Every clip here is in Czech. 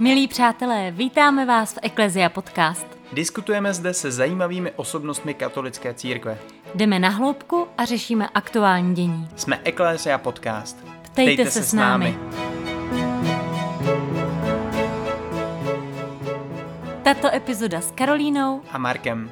Milí přátelé, vítáme vás v Ecclesia Podcast. Diskutujeme zde se zajímavými osobnostmi katolické církve. Jdeme na hloubku a řešíme aktuální dění. Jsme Ecclesia Podcast. Ptejte se s námi. Tato epizoda s Karolínou A Markem.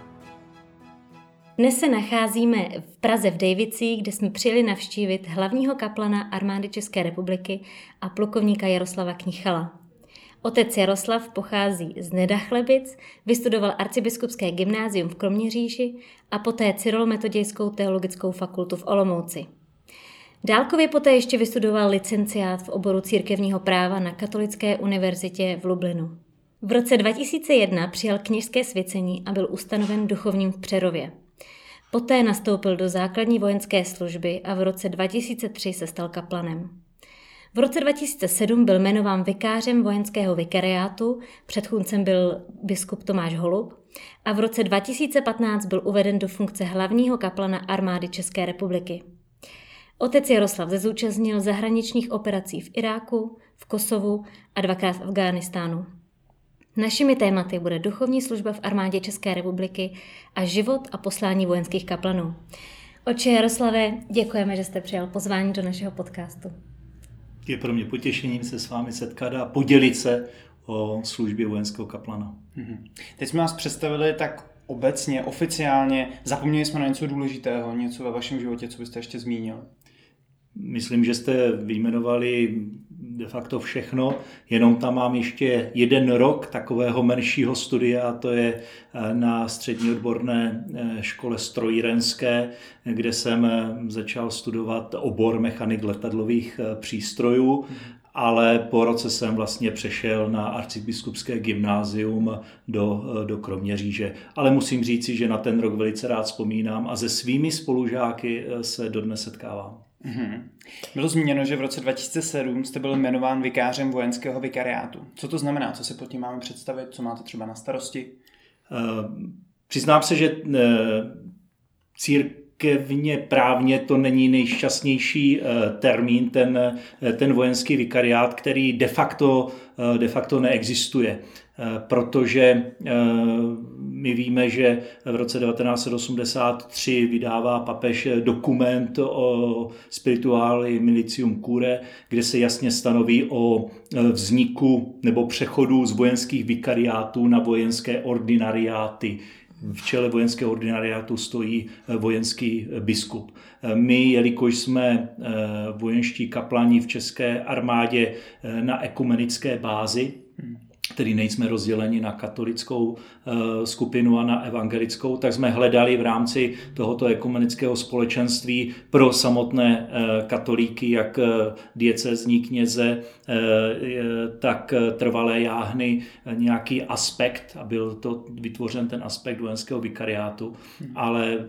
Dnes se nacházíme v Praze v Dejvicích, kde jsme přijeli navštívit hlavního kaplana armády České republiky a plukovníka Jaroslava Knichala. Otec Jaroslav pochází z Nedachlebic, vystudoval arcibiskupské gymnázium v Kroměříži a poté Cyrolometodějskou teologickou fakultu v Olomouci. Dálkově poté ještě vystudoval licenciát v oboru církevního práva na Katolické univerzitě v Lublinu. V roce 2001 přijal kněžské svěcení a byl ustanoven duchovním v Přerově. Poté nastoupil do základní vojenské služby a v roce 2003 se stal kaplanem. V roce 2007 byl jmenován vikářem vojenského vikariátu, předchůdcem byl biskup Tomáš Holub a v roce 2015 byl uveden do funkce hlavního kaplana armády České republiky. Otec Jaroslav se zúčastnil zahraničních operací v Iráku, v Kosovu a dvakrát v Afghánistánu. Našimi tématy bude duchovní služba v armádě České republiky a život a poslání vojenských kaplanů. Otče Jaroslave, děkujeme, že jste přijal pozvání do našeho podcastu. Je pro mě potěšením se s vámi setkat a podělit se o službě vojenského kaplana. Teď jsme vás představili tak obecně, oficiálně. Zapomněli jsme na něco důležitého, něco ve vašem životě, co byste ještě zmínil? Myslím, že jste vyjmenovali de facto všechno, jenom tam mám ještě 1 rok takového menšího studia, a to je na střední odborné škole strojírenské, kde jsem začal studovat obor mechanik letadlových přístrojů, ale po roce jsem vlastně přešel na arcibiskupské gymnázium do Kroměříže. Ale musím říci, že na ten rok velice rád vzpomínám a se svými spolužáky se dodnes setkávám. Bylo zmíněno, že v roce 2007 jste byl jmenován vikářem vojenského vikariátu. Co to znamená? Co si pod tím máme představit? Co máte třeba na starosti? Přiznám se, že církevně právně to není nejšťastnější termín, ten vojenský vikariát, který de facto neexistuje. Protože my víme, že v roce 1983 vydává papež dokument o Spirituali Militium Curae, kde se jasně stanoví o vzniku nebo přechodu z vojenských vikariátů na vojenské ordinariáty. V čele vojenského ordinariátu stojí vojenský biskup. My, jelikož jsme vojenští kaplani v české armádě na ekumenické bázi, tedy nejsme rozděleni na katolickou skupinu a na evangelickou, tak jsme hledali v rámci tohoto ekumenického společenství pro samotné katolíky, jak diecézní kněze, tak trvalé jáhny, nějaký aspekt, a byl to vytvořen ten aspekt vojenského vikariátu, ale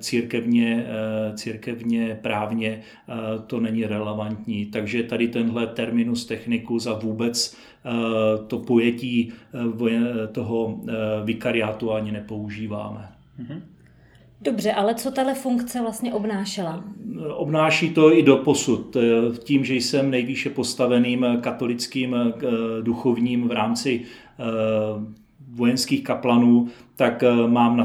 církevně právně to není relevantní. Takže tady tenhle terminus technicus a vůbec to pojetí toho vikariátu ani nepoužíváme. Dobře, ale co tahle funkce vlastně obnášela? Obnáší to i doposud. Tím, že jsem nejvýše postaveným katolickým duchovním v rámci vojenských kaplanů, tak mám na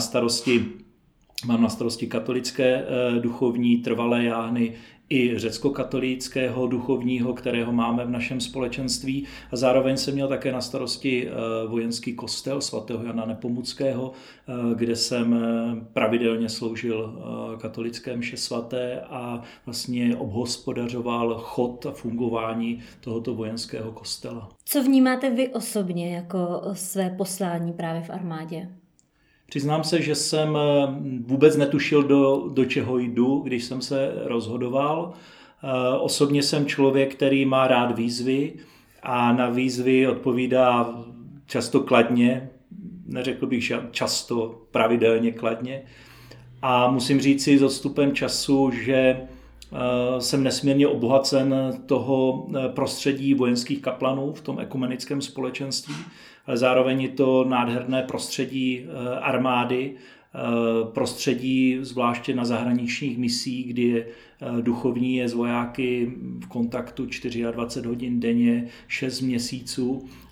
starosti katolické duchovní trvalé jáhny i řeckokatolického duchovního, kterého máme v našem společenství. A zároveň jsem měl také na starosti vojenský kostel svatého Jana Nepomuckého, kde jsem pravidelně sloužil katolické mše svaté a vlastně obhospodařoval chod a fungování tohoto vojenského kostela. Co vnímáte vy osobně jako své poslání právě v armádě? Přiznám se, že jsem vůbec netušil, do čeho jdu, když jsem se rozhodoval. Osobně jsem člověk, který má rád výzvy a na výzvy odpovídá často kladně, neřekl bych často, pravidelně kladně. A musím říct si s odstupem času, že jsem nesmírně obohacen toho prostředí vojenských kaplanů v tom ekumenickém společenství, ale zároveň je to nádherné prostředí armády, prostředí zvláště na zahraničních misích, kdy je duchovní je s vojáky v kontaktu 24 hodin denně, 6 měsíců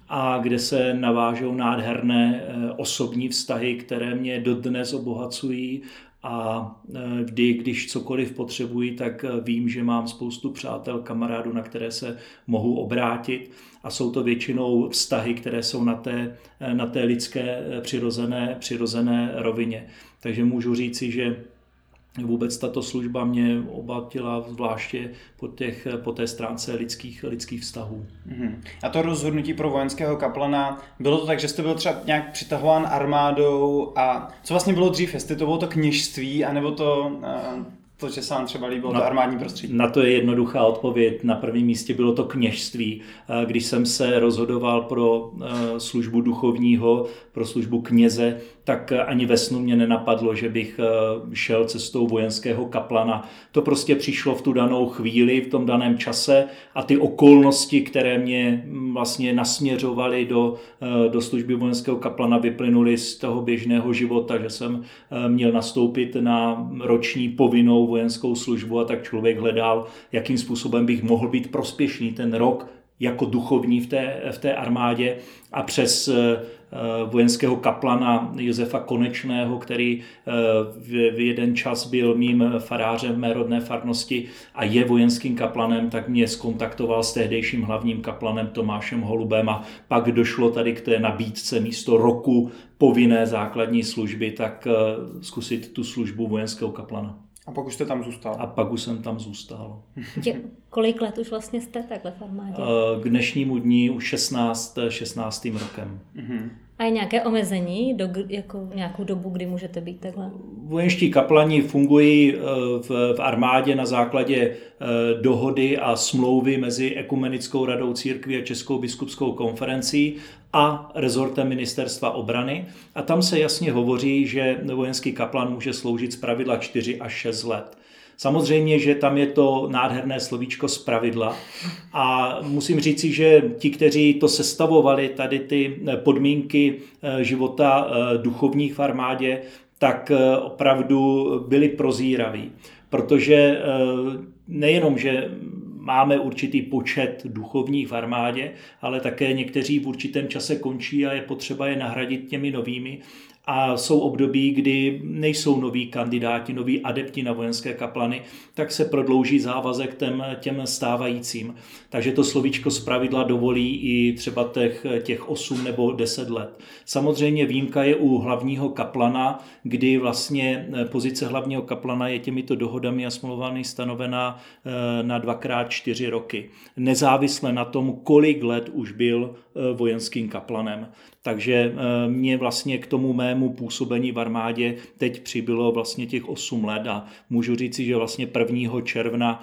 a kde se navážou nádherné osobní vztahy, které mě dodnes obohacují. A když cokoliv potřebuji, tak vím, že mám spoustu přátel, kamarádů, na které se mohu obrátit. A jsou to většinou vztahy, které jsou na té lidské přirozené rovině. Takže můžu říci, že vůbec tato služba mě obohatila zvláště po té stránce lidských vztahů. A to rozhodnutí pro vojenského kaplana, bylo to tak, že jste byl třeba nějak přitahován armádou a co vlastně bylo dřív, jestli to bylo to kněžství, anebo to, že se vám třeba líbilo to armádní prostředí? Na to je jednoduchá odpověď. Na prvním místě bylo to kněžství. Když jsem se rozhodoval pro službu duchovního, pro službu kněze, tak ani ve snu mě nenapadlo, že bych šel cestou vojenského kaplana. To prostě přišlo v tu danou chvíli, v tom daném čase a ty okolnosti, které mě vlastně nasměřovaly do služby vojenského kaplana, vyplynuly z toho běžného života, že jsem měl nastoupit na roční povinnou vojenskou službu a tak člověk hledal, jakým způsobem bych mohl být prospěšný ten rok jako duchovní v té armádě a přes vojenského kaplana Josefa Konečného, který v jeden čas byl mým farářem v mé rodné farnosti a je vojenským kaplanem, tak mě zkontaktoval s tehdejším hlavním kaplanem Tomášem Holubem a pak došlo tady k té nabídce místo roku povinné základní služby, tak zkusit tu službu vojenského kaplana. A pak už jste tam zůstal? A pak už jsem tam zůstal. Kolik let už vlastně jste takhle v armádě? K dnešnímu dní už 16. rokem. A je nějaké omezení, jako nějakou dobu, kdy můžete být takhle? Vojenští kaplani fungují v armádě na základě dohody a smlouvy mezi Ekumenickou radou církví a Českou biskupskou konferencí a rezortem ministerstva obrany. A tam se jasně hovoří, že vojenský kaplan může sloužit zpravidla 4 až 6 let. Samozřejmě, že tam je to nádherné slovíčko zpravidla a musím říci, že ti, kteří to sestavovali, tady ty podmínky života duchovních v armádě, tak opravdu byli prozíraví, protože nejenom, že máme určitý počet duchovních v armádě, ale také někteří v určitém čase končí a je potřeba je nahradit těmi novými. A jsou období, kdy nejsou noví kandidáti, noví adepti na vojenské kaplany, tak se prodlouží závazek těm stávajícím. Takže to slovíčko zpravidla dovolí i třeba těch 8 nebo 10 let. Samozřejmě výjimka je u hlavního kaplana, kdy vlastně pozice hlavního kaplana je těmito dohodami a smlouvami stanovená na 2x4 roky. Nezávisle na tom, kolik let už byl vojenským kaplanem. Takže mě vlastně k tomu mému působení v armádě teď přibylo vlastně těch 8 let a můžu říci, že vlastně 1. června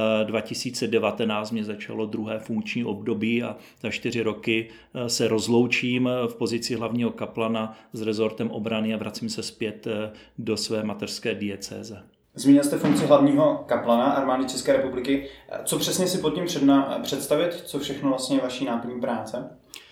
2019 mě začalo druhé funkční období a za 4 roky se rozloučím v pozici hlavního kaplana s rezortem obrany a vracím se zpět do své mateřské diecéze. Zmínil jste funkci hlavního kaplana armády České republiky. Co přesně si pod tím představit? Co všechno vlastně je vaší náplní práce?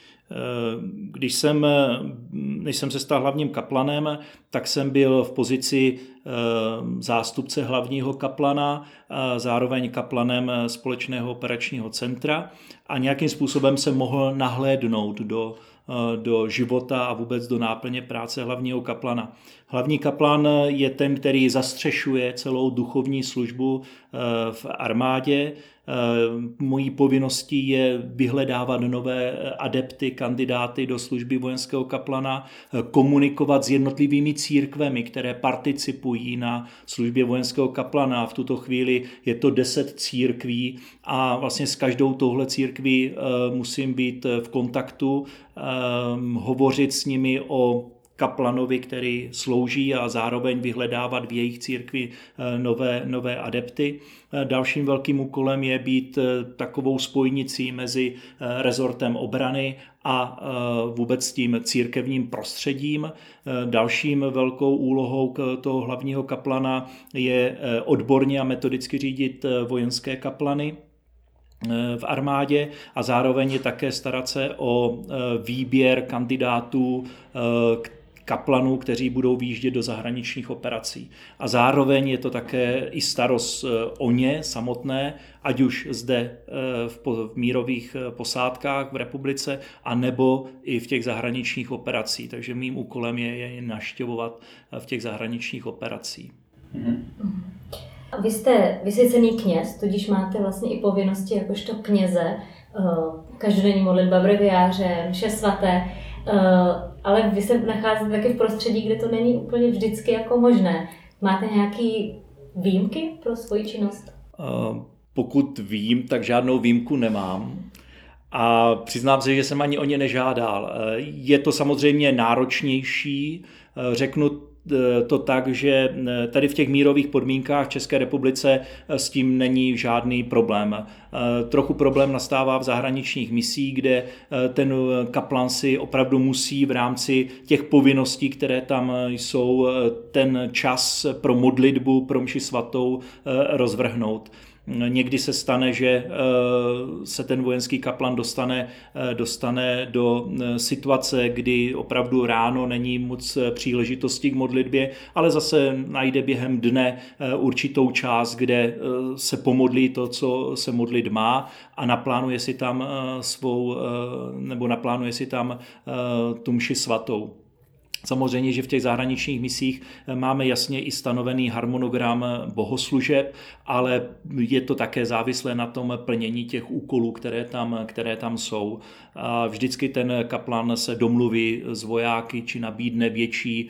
Než jsem se stal hlavním kaplanem, tak jsem byl v pozici zástupce hlavního kaplana, zároveň kaplanem společného operačního centra a nějakým způsobem jsem mohl nahlédnout do života a vůbec do náplně práce hlavního kaplana. Hlavní kaplan je ten, který zastřešuje celou duchovní službu v armádě. Mojí povinností je vyhledávat nové adepty, kandidáty do služby vojenského kaplana, komunikovat s jednotlivými církvemi, které participují na službě vojenského kaplana. V tuto chvíli je to 10 církví a vlastně s každou touhle církví musím být v kontaktu, hovořit s nimi o kaplanovi, který slouží a zároveň vyhledávat v jejich církvi nové adepty. Dalším velkým úkolem je být takovou spojnicí mezi rezortem obrany a vůbec tím církevním prostředím. Dalším velkou úlohou toho hlavního kaplana je odborně a metodicky řídit vojenské kaplany v armádě a zároveň je také starat se o výběr kandidátů kaplanů, kteří budou výjíždět do zahraničních operací. A zároveň je to také i starost o ně samotné, ať už zde v mírových posádkách v republice, anebo i v těch zahraničních operacích. Takže mým úkolem je navštěvovat v těch zahraničních operacích. Vy jste vysvěcený kněz, tudíž máte vlastně i povinnosti jakožto kněze, každodenní modlitba breviáře, mše svaté, ale vy se nacházíte taky v prostředí, kde to není úplně vždycky jako možné. Máte nějaké výjimky pro svoji činnost? Pokud vím, tak žádnou výjimku nemám. A přiznám se, že jsem ani o ně nežádal. Je to samozřejmě náročnější, řeknu to tak, že tady v těch mírových podmínkách v České republice s tím není žádný problém. Trochu problém nastává v zahraničních misích, kde ten kaplan si opravdu musí v rámci těch povinností, které tam jsou, ten čas pro modlitbu, pro mši svatou rozvrhnout. Někdy se stane, že se ten vojenský kaplan dostane do situace, kdy opravdu ráno není moc příležitosti k modlitbě, ale zase najde během dne určitou část, kde se pomodlí to, co se modlit má, a naplánuje si tam tu mši svatou. Samozřejmě, že v těch zahraničních misích máme jasně i stanovený harmonogram bohoslužeb, ale je to také závislé na tom plnění těch úkolů, které tam jsou. A vždycky ten kaplan se domluví s vojáky či nabídne větší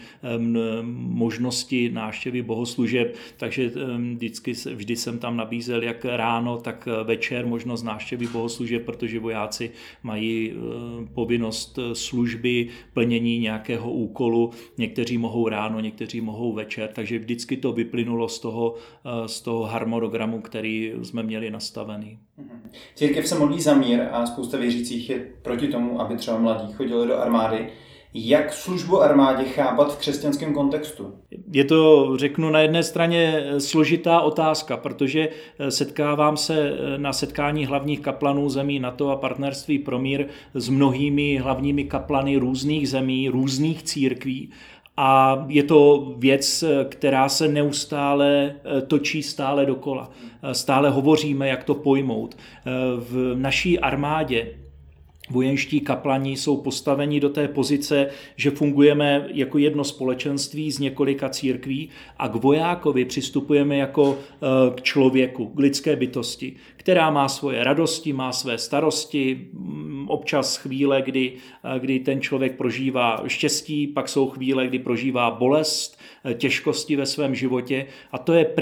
možnosti návštěvy bohoslužeb, takže vždy jsem tam nabízel jak ráno, tak večer možnost návštěvy bohoslužeb, protože vojáci mají povinnost služby, plnění nějakého úkolu. Někteří mohou ráno, někteří mohou večer, takže vždycky to vyplynulo z toho harmonogramu, který jsme měli nastavený. Církev se modlí za mír a spousta věřících je proti tomu, aby třeba mladí chodili do armády. Jak službu armádě chápat v křesťanském kontextu? Je to, řeknu, na jedné straně složitá otázka, protože setkávám se na setkání hlavních kaplanů zemí NATO a Partnerství pro mír s mnohými hlavními kaplany různých zemí, různých církví. A je to věc, která se neustále točí stále dokola. Stále hovoříme, jak to pojmout. V naší armádě vojenští kaplani jsou postaveni do té pozice, že fungujeme jako jedno společenství z několika církví a k vojákovi přistupujeme jako k člověku, k lidské bytosti, která má svoje radosti, má své starosti, občas chvíle, kdy ten člověk prožívá štěstí, pak jsou chvíle, kdy prožívá bolest, těžkosti ve svém životě, a to je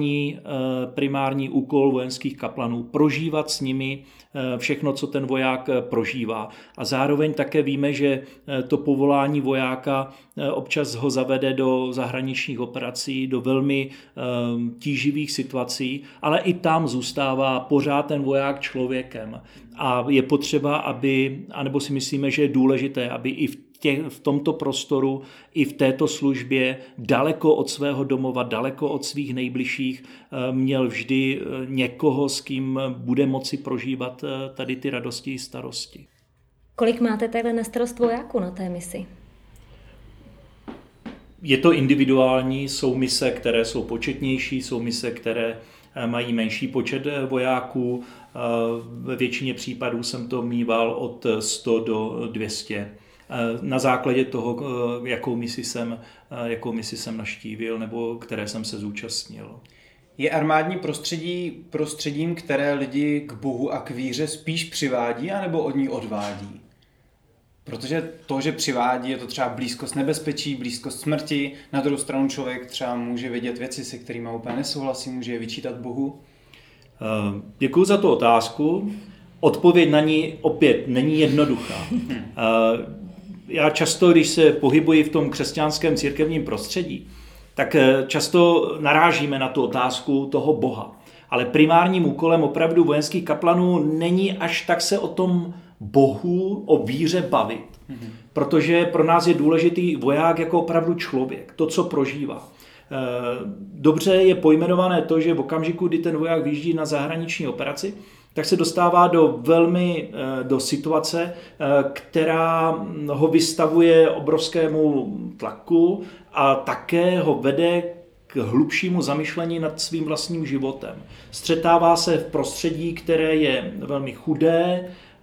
primární úkol vojenských kaplanů, prožívat s nimi všechno, co ten voják prožívá. A zároveň také víme, že to povolání vojáka občas ho zavede do zahraničních operací, do velmi tíživých situací, ale i tam zůstává pořád ten voják člověkem. A je potřeba, anebo si myslíme, že je důležité, aby i v tomto prostoru, i v této službě, daleko od svého domova, daleko od svých nejbližších, měl vždy někoho, s kým bude moci prožívat tady ty radosti i starosti. Kolik máte takhle na starost vojáků na té misi? Je to individuální, jsou mise, které jsou početnější, jsou mise, které mají menší počet vojáků. Ve většině případů jsem to mýval od 100 do 200. Na základě toho, jakou misi jsem navštívil nebo které jsem se zúčastnil. Je armádní prostředím, které lidi k Bohu a k víře spíš přivádí, anebo od ní odvádí? Protože to, že přivádí, je to třeba blízkost nebezpečí, blízkost smrti. Na druhou stranu člověk třeba může vidět věci, se kterými úplně nesouhlasí, může je vyčítat Bohu. Děkuji za tu otázku. Odpověď na ní opět není jednoduchá. Já často, když se pohybuji v tom křesťanském církevním prostředí, tak často narážíme na tu otázku toho Boha. Ale primárním úkolem opravdu vojenských kaplanů není až tak se o tom Bohu, o víře bavit. Protože pro nás je důležitý voják jako opravdu člověk, to, co prožívá. Dobře je pojmenované to, že v okamžiku, kdy ten voják vyjíždí na zahraniční operaci, tak se dostává do situace, která ho vystavuje obrovskému tlaku a také ho vede k hlubšímu zamyšlení nad svým vlastním životem. Střetává se v prostředí, které je velmi chudé,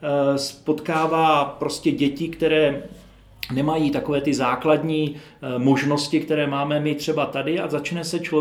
potkává prostě děti, které nemají takové ty základní možnosti, které máme my třeba tady, a začne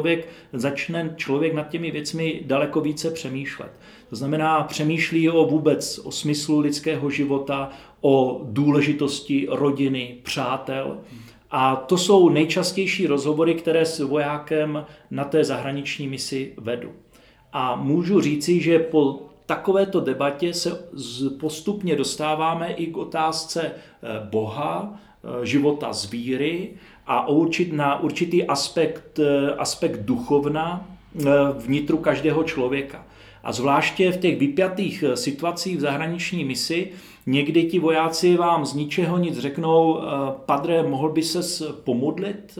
člověk nad těmi věcmi daleko více přemýšlet. To znamená, přemýšlí o smyslu lidského života, o důležitosti rodiny, přátel. A to jsou nejčastější rozhovory, které s vojákem na té zahraniční misi vedu. A můžu říci, že po takovéto debatě se postupně dostáváme i k otázce Boha, života z víry a na určitý aspekt duchovna vnitru každého člověka. A zvláště v těch vypjatých situacích v zahraniční misi někdy ti vojáci vám z ničeho nic řeknou: Padre, mohl by ses pomodlit?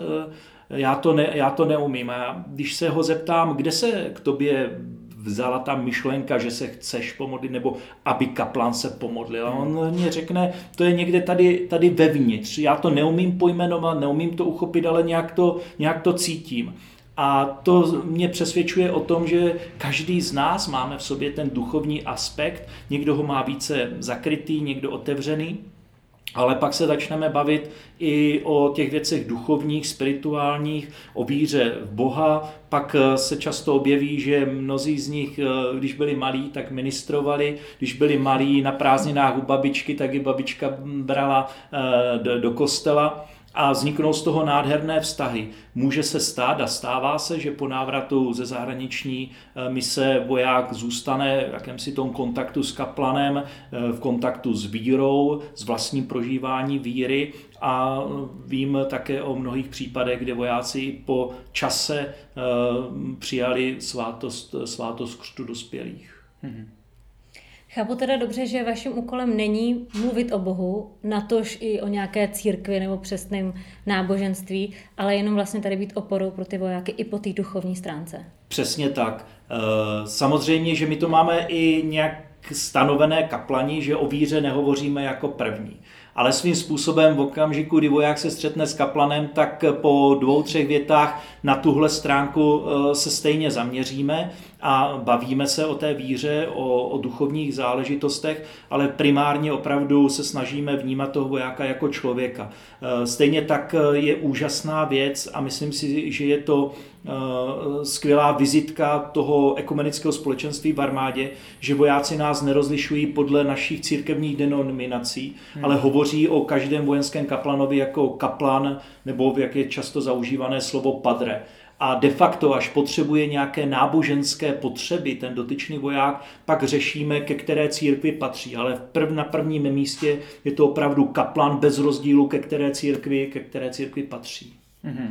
Já to neumím. A když se ho zeptám, kde se k tobě vzala ta myšlenka, že se chceš pomodlit, nebo aby kaplan se pomodlil. A on mě řekne, to je někde tady vevnitř. Já to neumím pojmenovat, neumím to uchopit, ale nějak to cítím. A to mě přesvědčuje o tom, že každý z nás máme v sobě ten duchovní aspekt. Někdo ho má více zakrytý, někdo otevřený. Ale pak se začneme bavit i o těch věcech duchovních, spirituálních, o víře v Boha. Pak se často objeví, že mnozí z nich, když byli malí, tak ministrovali. Když byli malí na prázdninách u babičky, tak i babička brala do kostela. A vzniknou z toho nádherné vztahy. Může se stát a stává se, že po návratu ze zahraniční mise voják zůstane v jakémsi tom kontaktu s kaplanem, v kontaktu s vírou, s vlastním prožívání víry, a vím také o mnohých případech, kde vojáci po čase přijali svátost křtu dospělých. Mm-hmm. Chápu teda dobře, že vaším úkolem není mluvit o Bohu, natož i o nějaké církvi nebo přesném náboženství, ale jenom vlastně tady být oporou pro ty vojáky i po té duchovní stránce. Přesně tak. Samozřejmě, že my to máme i nějak stanovené kaplani, že o víře nehovoříme jako první. Ale svým způsobem v okamžiku, kdy voják se střetne s kaplanem, tak po 2-3 větách na tuhle stránku se stejně zaměříme a bavíme se o té víře, o duchovních záležitostech, ale primárně opravdu se snažíme vnímat toho vojáka jako člověka. Stejně tak je úžasná věc a myslím si, že je to skvělá vizitka toho ekumenického společenství v armádě, že vojáci nás nerozlišují podle našich církevních denominací, ale hovoří o každém vojenském kaplanovi jako kaplan, nebo jak je často zaužívané slovo padre. A de facto, až potřebuje nějaké náboženské potřeby ten dotyčný voják, pak řešíme, ke které církvi patří. Ale na prvním místě je to opravdu kaplan bez rozdílu, ke které církvi patří. Mm-hmm.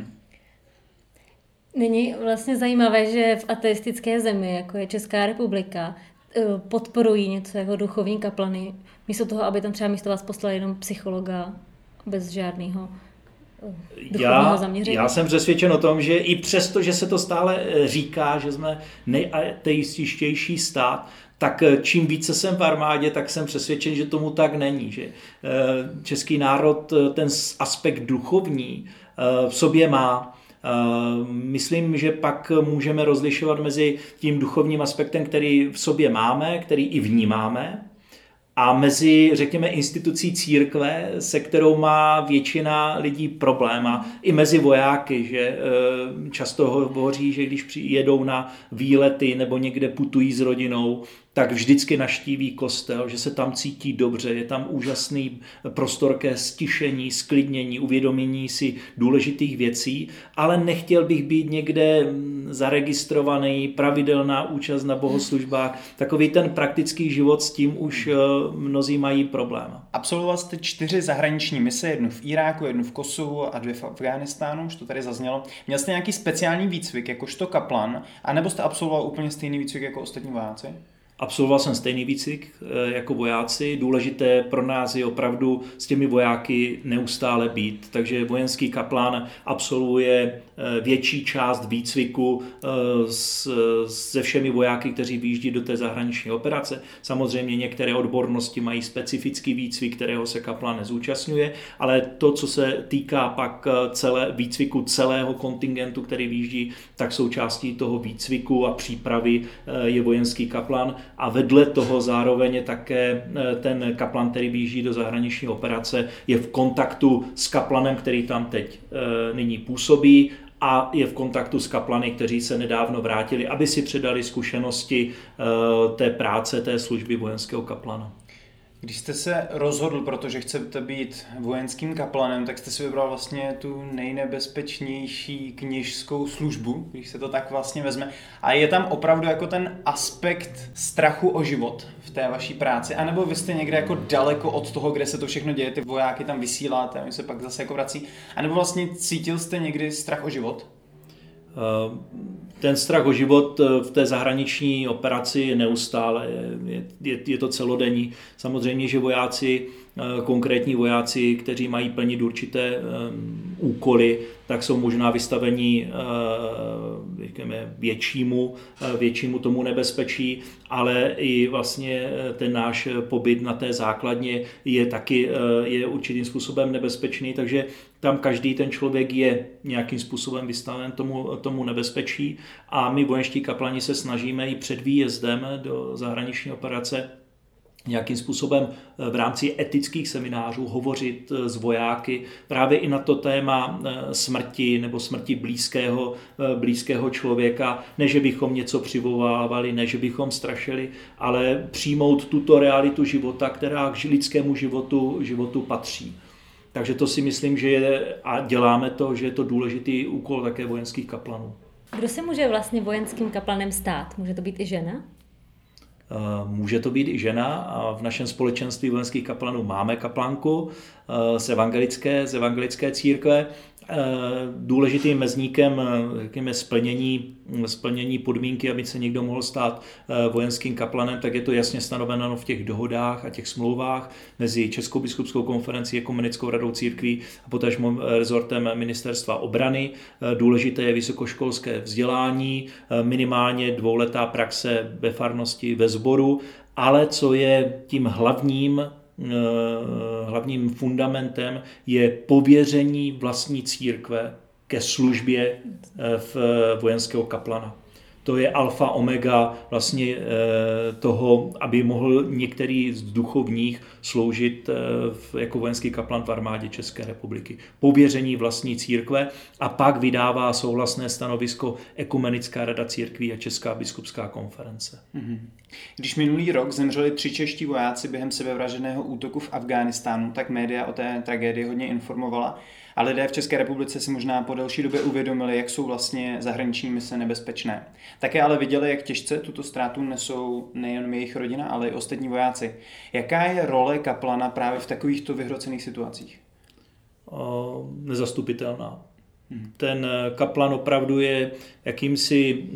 Není vlastně zajímavé, že v ateistické zemi, jako je Česká republika, podporují něco jako duchovní kaplany, místo toho, aby tam třeba místo vás poslali jenom psychologa bez žádného duchovního zaměření. Já jsem přesvědčen o tom, že i přesto, že se to stále říká, že jsme nejateističtější stát, tak čím více jsem v armádě, tak jsem přesvědčen, že tomu tak není. Že český národ ten aspekt duchovní v sobě má. Myslím, že pak můžeme rozlišovat mezi tím duchovním aspektem, který v sobě máme, který i vnímáme, a mezi, řekněme, institucí církve, se kterou má většina lidí problém. A i mezi vojáky, že často hovoří, že když jedou na výlety nebo někde putují s rodinou, tak vždycky navštíví kostel, že se tam cítí dobře, je tam úžasný prostor ke stišení, sklidnění, uvědomění si důležitých věcí, ale nechtěl bych být někde zaregistrovaný, pravidelná účast na bohoslužbách. Takový ten praktický život, s tím už mnozí mají problém. Absolvoval jste 4 zahraniční mise, jednu v Iráku, jednu v Kosovu a 2 v Afghánistánu, už to tady zaznělo. Měl jste nějaký speciální výcvik, jakožto kaplan, anebo jste absolvoval úplně stejný výcvik jako ostatní vojáci? Absolvoval jsem stejný výcvik jako vojáci. Důležité pro nás je opravdu s těmi vojáky neustále být. Takže vojenský kaplan absolvuje větší část výcviku se všemi vojáky, kteří vyjíždí do té zahraniční operace. Samozřejmě některé odbornosti mají specifický výcvik, kterého se kaplan nezúčastňuje, ale to, co se týká pak výcviku celého kontingentu, který vyjíždí, tak součástí toho výcviku a přípravy je vojenský kaplan. A vedle toho zároveň je také ten kaplan, který vyjíždí do zahraniční operace, je v kontaktu s kaplanem, který tam teď nyní působí, a je v kontaktu s kaplany, kteří se nedávno vrátili, aby si předali zkušenosti té práce, té služby vojenského kaplana. Když jste se rozhodl, protože chcete být vojenským kaplanem, tak jste si vybral vlastně tu nejnebezpečnější kněžskou službu, když se to tak vlastně vezme. A je tam opravdu jako ten aspekt strachu o život v té vaší práci? A nebo vy jste někde jako daleko od toho, kde se to všechno děje, ty vojáky tam vysíláte a oni se pak zase jako vrací? A nebo vlastně cítil jste někdy strach o život? Ten strach o život v té zahraniční operaci je neustále, je to celodenní. Samozřejmě, že vojáci, konkrétní vojáci, kteří mají plnit určité úkoly, tak jsou možná vystaveni většímu tomu nebezpečí, ale i vlastně ten náš pobyt na té základně je určitým způsobem nebezpečný, takže tam každý ten člověk je nějakým způsobem vystaven tomu nebezpečí a my vojenští kaplani se snažíme i před výjezdem do zahraniční operace nějakým způsobem v rámci etických seminářů hovořit s vojáky právě i na to téma smrti nebo smrti blízkého člověka, ne že bychom něco přivolávali, ne že bychom strašili, ale přijmout tuto realitu života, která k lidskému životu patří. Takže to si myslím, že je, a děláme to, že je to důležitý úkol také vojenských kaplanů. Kdo se může vlastně vojenským kaplanem stát? Může to být i žena? Může to být i žena a v našem společenství vojenských kaplanů máme kaplanku z evangelické církve. Důležitým mezníkem splnění podmínky, aby se někdo mohl stát vojenským kaplanem, tak je to jasně stanoveno v těch dohodách a těch smlouvách mezi Českou biskupskou konferencí, Ekumenickou radou církví a potažmo rezortem ministerstva obrany. Důležité je vysokoškolské vzdělání, minimálně 2letá praxe ve farnosti, ve sboru, ale co je tím hlavním fundamentem je pověření vlastní církve ke službě v vojenského kaplana. To je alfa omega vlastně toho, aby mohl některý z duchovních sloužit jako vojenský kaplan v armádě České republiky. Pověření vlastní církve a pak vydává souhlasné stanovisko Ekumenická rada církví a Česká biskupská konference. Když minulý rok zemřeli 3 čeští vojáci během sebevražedného útoku v Afghánistánu, tak média o té tragédii hodně informovala a lidé v České republice si možná po delší době uvědomili, jak jsou vlastně zahraniční mise nebezpečné. Také ale viděli, jak těžce tuto ztrátu nesou nejen jejich rodina, ale i ostatní vojáci. Jaká je role kaplana právě v takovýchto vyhrocených situacích? Nezastupitelná. Ten kaplan opravdu je jakýmsi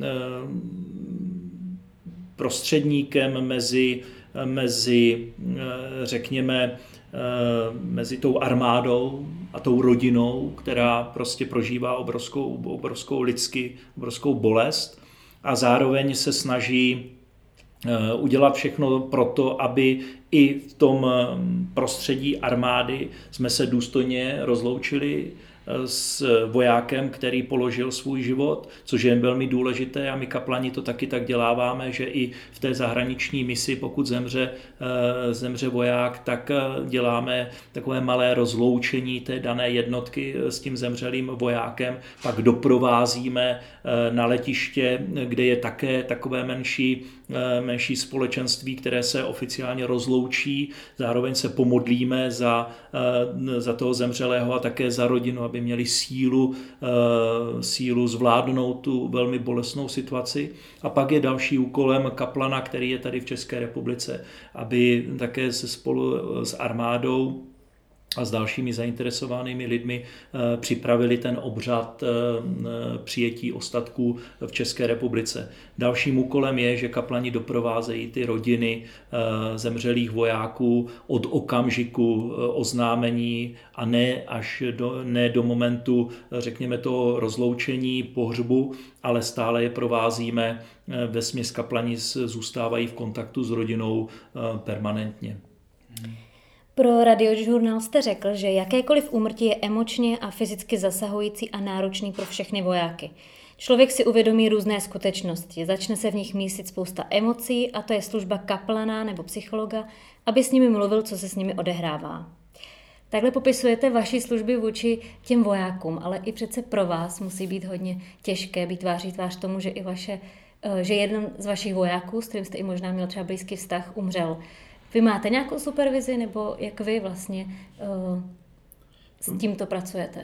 prostředníkem mezi řekněme, mezi tou armádou a tou rodinou, která prostě prožívá obrovskou obrovskou bolest a zároveň se snaží udělat všechno pro to, aby i v tom prostředí armády jsme se důstojně rozloučili s vojákem, který položil svůj život, což je velmi důležité a my kaplani to taky tak děláváme, že i v té zahraniční misi, pokud zemře voják, tak děláme takové malé rozloučení té dané jednotky s tím zemřelým vojákem, pak doprovázíme na letiště, kde je také takové menší společenství, které se oficiálně rozloučí, zároveň se pomodlíme za toho zemřelého a také za rodinu, aby měli sílu zvládnout tu velmi bolestnou situaci. A pak je další úkolem kaplana, který je tady v České republice, aby také se spolu s armádou a s dalšími zainteresovanými lidmi připravili ten obřad přijetí ostatků v České republice. Dalším úkolem je, že kaplani doprovázejí ty rodiny zemřelých vojáků od okamžiku oznámení a ne do momentu, řekněme, toho rozloučení, pohřbu, ale stále je provázíme. Vesměs kaplani zůstávají v kontaktu s rodinou permanentně. Pro Radiožurnál jste řekl, že jakékoliv úmrtí je emočně a fyzicky zasahující a náročný pro všechny vojáky. Člověk si uvědomí různé skutečnosti, začne se v nich mísit spousta emocí a to je služba kaplana nebo psychologa, aby s nimi mluvil, co se s nimi odehrává. Takhle popisujete vaši služby vůči těm vojákům, ale i přece pro vás musí být hodně těžké být tváří tvář tomu, že jeden z vašich vojáků, s kterým jste i možná měl třeba blízký vztah, umřel. Vy máte nějakou supervizi, nebo jak vy vlastně s tímto pracujete?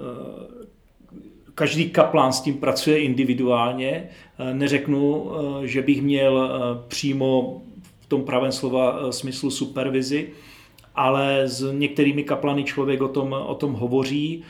Každý kaplan s tím pracuje individuálně. Neřeknu, že bych měl přímo v tom pravém slova smyslu supervizi, ale s některými kaplany člověk o tom hovoří.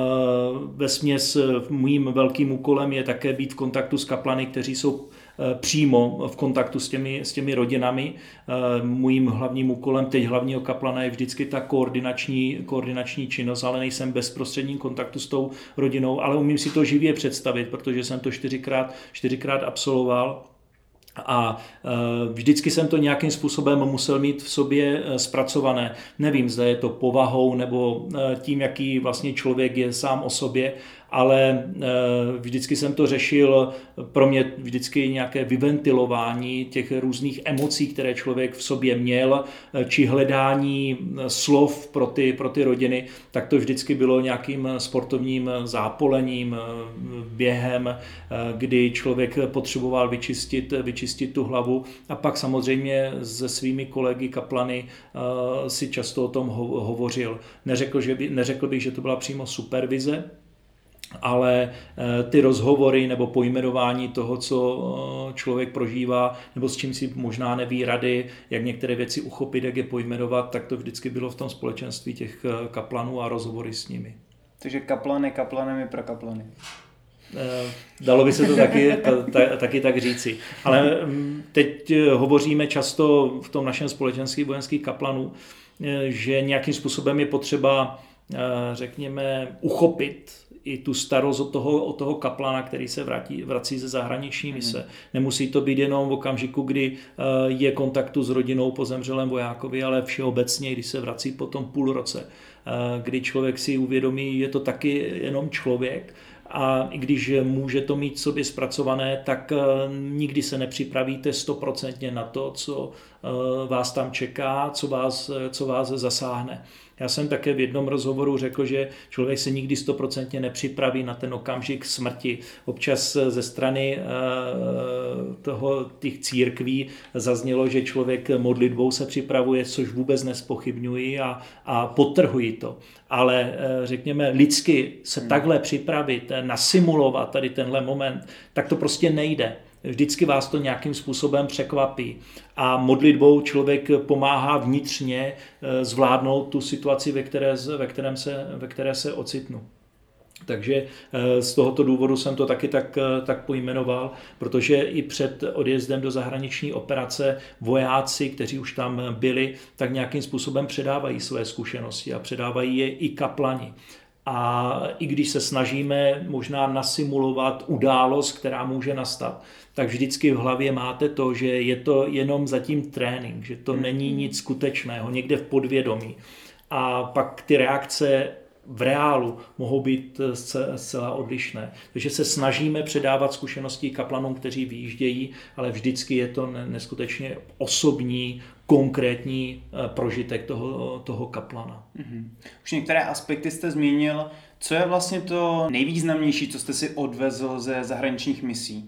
Vesměs mým velkým úkolem je také být v kontaktu s kaplany, kteří jsou přímo v kontaktu s těmi rodinami. Mým hlavním úkolem teď hlavního kaplana je vždycky ta koordinační činnost, ale nejsem v bezprostředním kontaktu s tou rodinou, ale umím si to živě představit, protože jsem to čtyřikrát absolvoval. A vždycky jsem to nějakým způsobem musel mít v sobě zpracované. Nevím, zda je to povahou nebo tím, jaký vlastně člověk je sám o sobě, ale vždycky jsem to řešil, pro mě vždycky nějaké vyventilování těch různých emocí, které člověk v sobě měl, či hledání slov pro ty rodiny, tak to vždycky bylo nějakým sportovním zápolením, během, kdy člověk potřeboval vyčistit tu hlavu a pak samozřejmě se svými kolegy kaplany si často o tom hovořil. Neřekl bych, že to byla přímo supervize, ale ty rozhovory nebo pojmenování toho, co člověk prožívá, nebo s čím si možná neví rady, jak některé věci uchopit, jak je pojmenovat, tak to vždycky bylo v tom společenství těch kaplanů a rozhovory s nimi. Takže kaplan je kaplanem i pro kaplany. Dalo by se to taky tak říci. Ale teď hovoříme často v tom našem společenství vojenských kaplanů, že nějakým způsobem je potřeba, řekněme, uchopit i tu starost od toho kaplana, který se vrací ze zahraniční mise. Nemusí to být jenom v okamžiku, kdy je kontaktu s rodinou po zemřelém vojákovi, ale všeobecně, když se vrací po tom půl roce, kdy člověk si uvědomí, je to taky jenom člověk, a i když může to mít sobě zpracované, tak nikdy se nepřipravíte 100% na to, co vás tam čeká, co vás zasáhne. Já jsem také v jednom rozhovoru řekl, že člověk se nikdy 100% nepřipraví na ten okamžik smrti. Občas ze strany těch církví zaznělo, že člověk modlitbou se připravuje, což vůbec nezpochybňuji a podtrhuji to. Ale řekněme, lidsky se takhle připravit, nasimulovat tady tenhle moment, tak to prostě nejde. Vždycky vás to nějakým způsobem překvapí. A modlitbou člověk pomáhá vnitřně zvládnout tu situaci, ve které se ocitnu. Takže z tohoto důvodu jsem to taky tak pojmenoval, protože i před odjezdem do zahraniční operace vojáci, kteří už tam byli, tak nějakým způsobem předávají své zkušenosti a předávají je i kaplani. A i když se snažíme možná nasimulovat událost, která může nastat, tak vždycky v hlavě máte to, že je to jenom zatím trénink, že to není nic skutečného, někde v podvědomí. A pak ty reakce v reálu mohou být zcela odlišné. Takže se snažíme předávat zkušenosti kaplanům, kteří vyjíždějí, ale vždycky je to neskutečně osobní, konkrétní prožitek toho kaplana. Už některé aspekty jste zmínil. Co je vlastně to nejvýznamnější, co jste si odvezl ze zahraničních misí?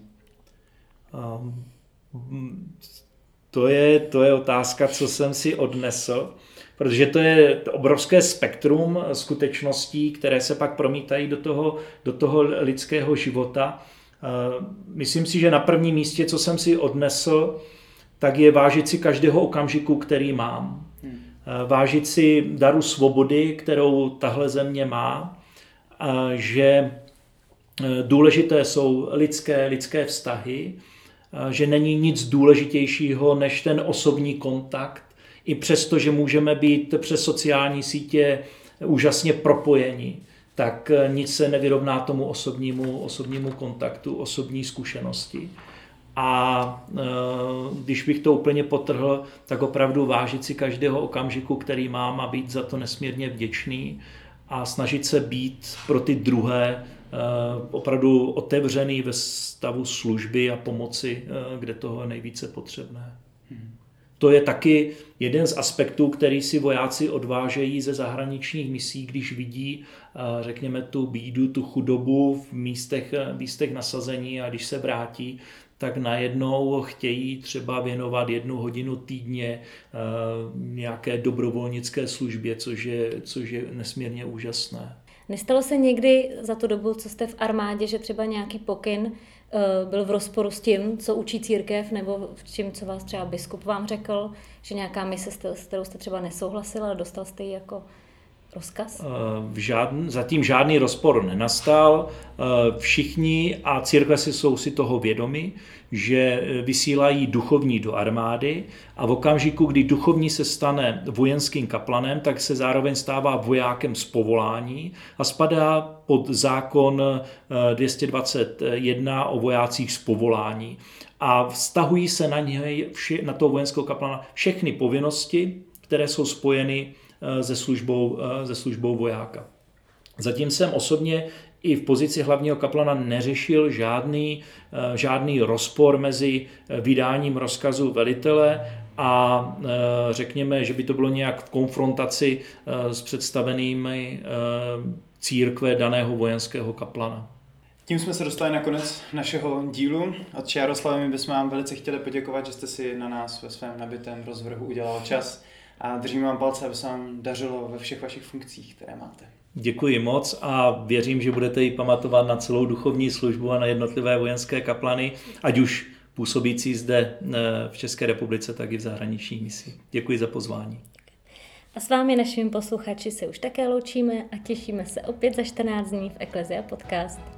To je otázka, co jsem si odnesl, protože to je obrovské spektrum skutečností, které se pak promítají do toho lidského života. Myslím si, že na prvním místě, co jsem si odnesl, tak je vážit si každého okamžiku, který mám. vážit si daru svobody, kterou tahle země má, že důležité jsou lidské vztahy, že není nic důležitějšího než ten osobní kontakt, i přesto, že můžeme být přes sociální sítě úžasně propojeni, tak nic se nevyrovná tomu osobnímu kontaktu, osobní zkušenosti. A když bych to úplně podtrhl, tak opravdu vážit si každého okamžiku, který mám, a být za to nesmírně vděčný a snažit se být pro ty druhé opravdu otevřený ve stavu služby a pomoci, kde toho je nejvíce potřebné. To je taky jeden z aspektů, který si vojáci odvážejí ze zahraničních misí, když vidí, řekněme, tu bídu, tu chudobu v místech nasazení, a když se vrátí, tak najednou chtějí třeba věnovat 1 hodinu týdně nějaké dobrovolnické službě, což je nesmírně úžasné. Nestalo se někdy za tu dobu, co jste v armádě, že třeba nějaký pokyn byl v rozporu s tím, co učí církev, nebo v tím, co vás třeba biskup vám řekl, že nějaká mise, s kterou jste třeba nesouhlasil, ale dostal jste ji jako rozkaz? Zatím žádný rozpor nenastal. Všichni a církve jsou si toho vědomi, že vysílají duchovní do armády, a v okamžiku, kdy duchovní se stane vojenským kaplanem, tak se zároveň stává vojákem z povolání a spadá pod zákon 221 o vojácích z povolání. A vztahují se na něj, na toho vojenského kaplana, všechny povinnosti, které jsou spojeny se službou vojáka. Zatím jsem osobně i v pozici hlavního kaplana neřešil žádný rozpor mezi vydáním rozkazu velitele a řekněme, že by to bylo nějak v konfrontaci s představenými církve daného vojenského kaplana. Tím jsme se dostali na konec našeho dílu. Otče Jaroslave, my bychom vám velice chtěli poděkovat, že jste si na nás ve svém nabitém rozvrhu udělal čas, a držíme vám palce, aby se vám dařilo ve všech vašich funkcích, které máte. Děkuji moc a věřím, že budete ji pamatovat na celou duchovní službu a na jednotlivé vojenské kaplany, ať už působící zde v České republice, tak i v zahraničních misích. Děkuji za pozvání. A s vámi, našimi posluchači, se už také loučíme a těšíme se opět za 14 dní v Ecclesia Podcast.